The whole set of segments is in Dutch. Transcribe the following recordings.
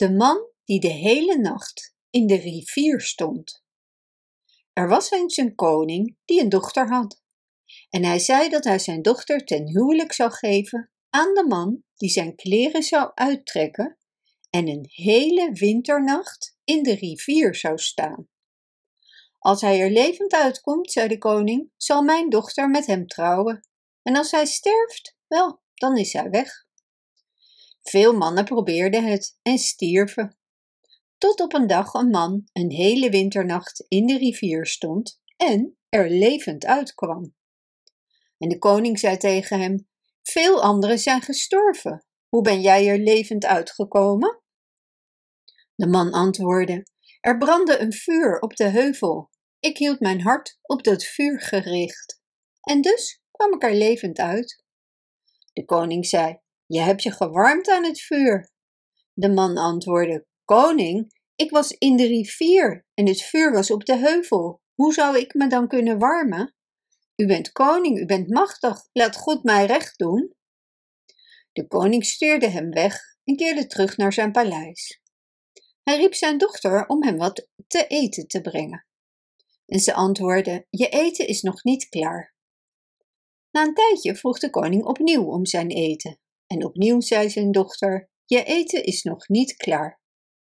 De man die de hele nacht in de rivier stond. Er was eens een koning die een dochter had. En hij zei dat hij zijn dochter ten huwelijk zou geven aan de man die zijn kleren zou uittrekken en een hele winternacht in de rivier zou staan. Als hij er levend uitkomt, zei de koning, zal mijn dochter met hem trouwen. En als hij sterft, wel, dan is hij weg. Veel mannen probeerden het en stierven. Tot op een dag een man een hele winternacht in de rivier stond en er levend uitkwam. En de koning zei tegen hem, veel anderen zijn gestorven. Hoe ben jij er levend uitgekomen? De man antwoordde, er brandde een vuur op de heuvel. Ik hield mijn hart op dat vuur gericht. En dus kwam ik er levend uit. De koning zei, je hebt je gewarmd aan het vuur. De man antwoordde, koning, ik was in de rivier en het vuur was op de heuvel. Hoe zou ik me dan kunnen warmen? U bent koning, u bent machtig, laat God mij recht doen. De koning stuurde hem weg en keerde terug naar zijn paleis. Hij riep zijn dochter om hem wat te eten te brengen. En ze antwoordde, je eten is nog niet klaar. Na een tijdje vroeg de koning opnieuw om zijn eten. En opnieuw zei zijn dochter, je eten is nog niet klaar.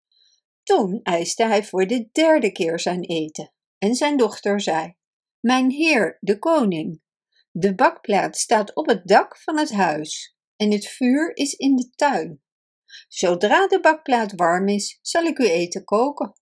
Toen eiste hij voor de derde keer zijn eten. En zijn dochter zei, mijn heer, de koning, de bakplaat staat op het dak van het huis en het vuur is in de tuin. Zodra de bakplaat warm is, zal ik uw eten koken.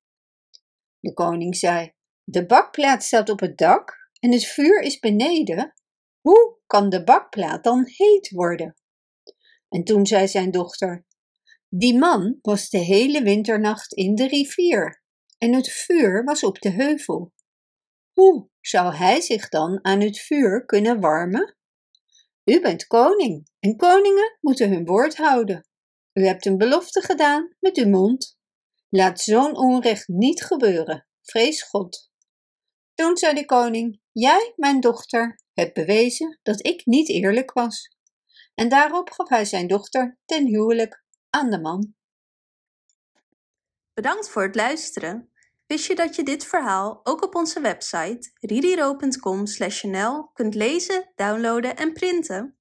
De koning zei, de bakplaat staat op het dak en het vuur is beneden. Hoe kan de bakplaat dan heet worden? En toen zei zijn dochter, die man was de hele winternacht in de rivier en het vuur was op de heuvel. Hoe zou hij zich dan aan het vuur kunnen warmen? U bent koning en koningen moeten hun woord houden. U hebt een belofte gedaan met uw mond. Laat zo'n onrecht niet gebeuren, vrees God. Toen zei de koning, jij, mijn dochter, hebt bewezen dat ik niet eerlijk was. En daarop gaf hij zijn dochter ten huwelijk aan de man. Bedankt voor het luisteren. Wist je dat je dit verhaal ook op onze website ririro.com/nl kunt lezen, downloaden en printen?